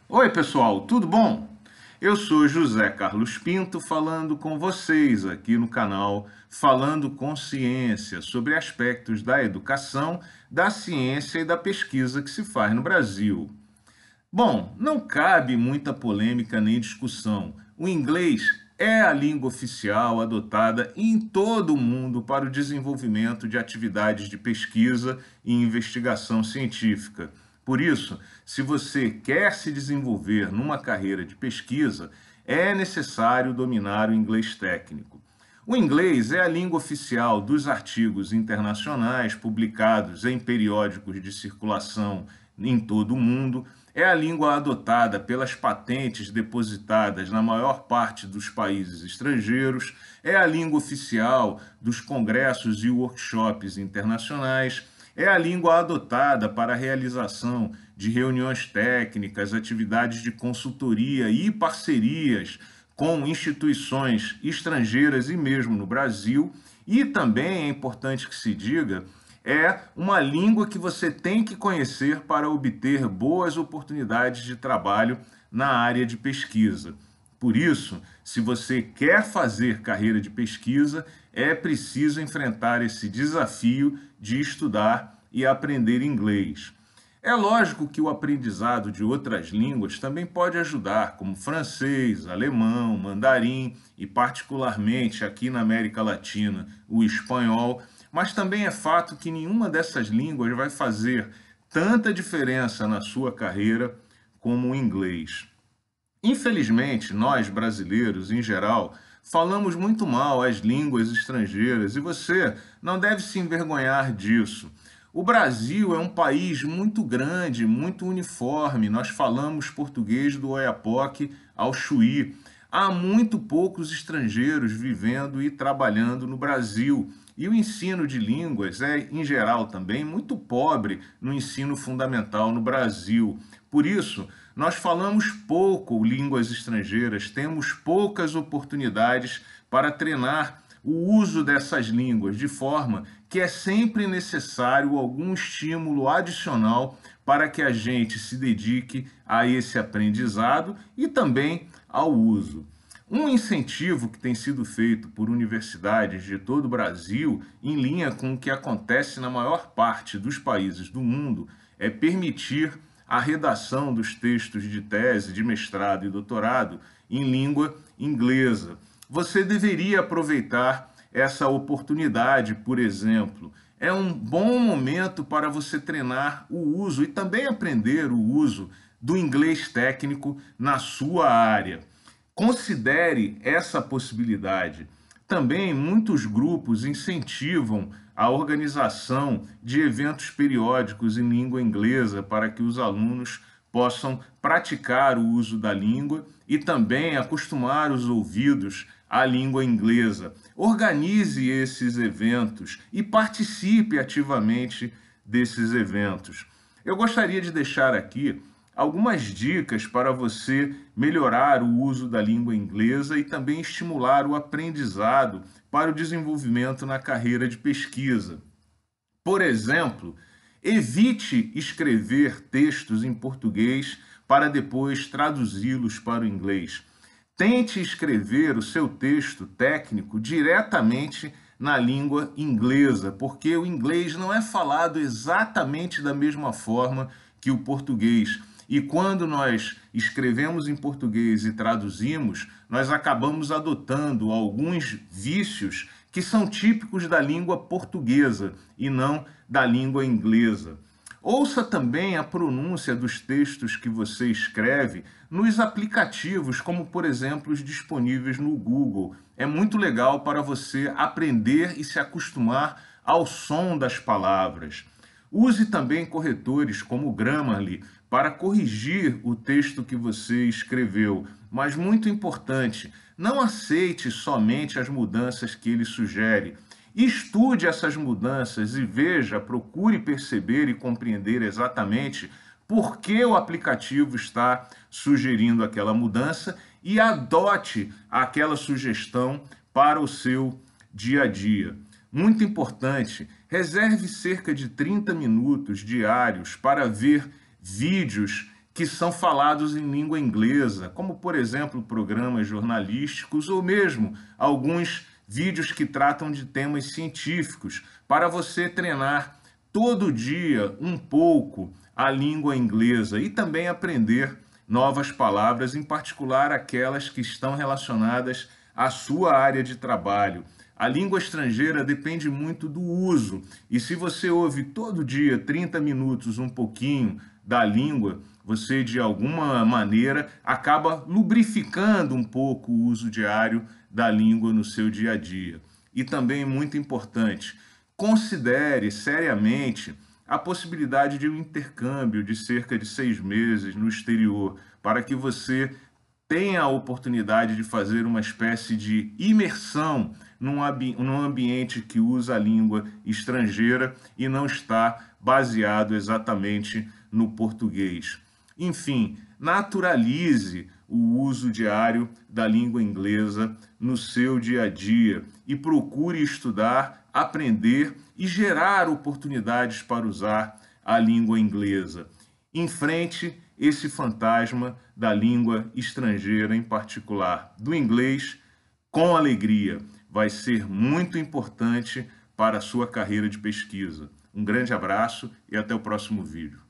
Oi, pessoal, tudo bom? Eu sou José Carlos Pinto falando com vocês aqui no canal Falando com Ciência sobre aspectos da educação, da ciência e da pesquisa que se faz no Brasil. Bom, não cabe muita polêmica nem discussão. O inglês é a língua oficial adotada em todo o mundo para o desenvolvimento de atividades de pesquisa e investigação científica. Por isso, se você quer se desenvolver numa carreira de pesquisa, é necessário dominar o inglês técnico. O inglês é a língua oficial dos artigos internacionais publicados em periódicos de circulação em todo o mundo, é a língua adotada pelas patentes depositadas na maior parte dos países estrangeiros, é a língua oficial dos congressos e workshops internacionais, é a língua adotada para a realização de reuniões técnicas, atividades de consultoria e parcerias com instituições estrangeiras e mesmo no Brasil. E também é importante que se diga, é uma língua que você tem que conhecer para obter boas oportunidades de trabalho na área de pesquisa. Por isso, se você quer fazer carreira de pesquisa, é preciso enfrentar esse desafio de estudar e aprender inglês. É lógico que o aprendizado de outras línguas também pode ajudar, como francês, alemão, mandarim e, particularmente aqui na América Latina, o espanhol, mas também é fato que nenhuma dessas línguas vai fazer tanta diferença na sua carreira como o inglês. Infelizmente, nós brasileiros, em geral, falamos muito mal as línguas estrangeiras e você não deve se envergonhar disso. O Brasil é um país muito grande, muito uniforme. Nós falamos português do Oiapoque ao Chuí. Há muito poucos estrangeiros vivendo e trabalhando no Brasil. E o ensino de línguas é, em geral, também muito pobre no ensino fundamental no Brasil. Por isso, nós falamos pouco línguas estrangeiras, temos poucas oportunidades para treinar o uso dessas línguas, de forma que é sempre necessário algum estímulo adicional para que a gente se dedique a esse aprendizado e também ao uso. Um incentivo que tem sido feito por universidades de todo o Brasil, em linha com o que acontece na maior parte dos países do mundo, é permitir a redação dos textos de tese, de mestrado e doutorado em língua inglesa. Você deveria aproveitar essa oportunidade, por exemplo. É um bom momento para você treinar o uso e também aprender o uso do inglês técnico na sua área. Considere essa possibilidade. Também muitos grupos incentivam a organização de eventos periódicos em língua inglesa para que os alunos possam praticar o uso da língua e também acostumar os ouvidos à língua inglesa. Organize esses eventos e participe ativamente desses eventos. Eu gostaria de deixar aqui algumas dicas para você melhorar o uso da língua inglesa e também estimular o aprendizado para o desenvolvimento na carreira de pesquisa. Por exemplo, evite escrever textos em português para depois traduzi-los para o inglês. Tente escrever o seu texto técnico diretamente na língua inglesa, porque o inglês não é falado exatamente da mesma forma que o português. E quando nós escrevemos em português e traduzimos, nós acabamos adotando alguns vícios que são típicos da língua portuguesa e não da língua inglesa. Ouça também a pronúncia dos textos que você escreve nos aplicativos, como por exemplo os disponíveis no Google. É muito legal para você aprender e se acostumar ao som das palavras. Use também corretores como o Grammarly para corrigir o texto que você escreveu, mas muito importante, não aceite somente as mudanças que ele sugere. Estude essas mudanças e veja, procure perceber e compreender exatamente por que o aplicativo está sugerindo aquela mudança e adote aquela sugestão para o seu dia a dia. Muito importante, reserve cerca de 30 minutos diários para ver vídeos que são falados em língua inglesa, como, por exemplo, programas jornalísticos ou mesmo alguns vídeos que tratam de temas científicos, para você treinar todo dia um pouco a língua inglesa e também aprender novas palavras, em particular aquelas que estão relacionadas à sua área de trabalho. A língua estrangeira depende muito do uso, e se você ouve todo dia 30 minutos um pouquinho da língua, você de alguma maneira acaba lubrificando um pouco o uso diário da língua no seu dia a dia. E também muito importante, considere seriamente a possibilidade de um intercâmbio de cerca de 6 meses no exterior, para que você tenha a oportunidade de fazer uma espécie de imersão num ambiente que usa a língua estrangeira e não está baseado exatamente no português. Enfim, naturalize o uso diário da língua inglesa no seu dia a dia e procure estudar, aprender e gerar oportunidades para usar a língua inglesa. Enfrente esse fantasma da língua estrangeira, em particular do inglês, com alegria. Vai ser muito importante para a sua carreira de pesquisa. Um grande abraço e até o próximo vídeo.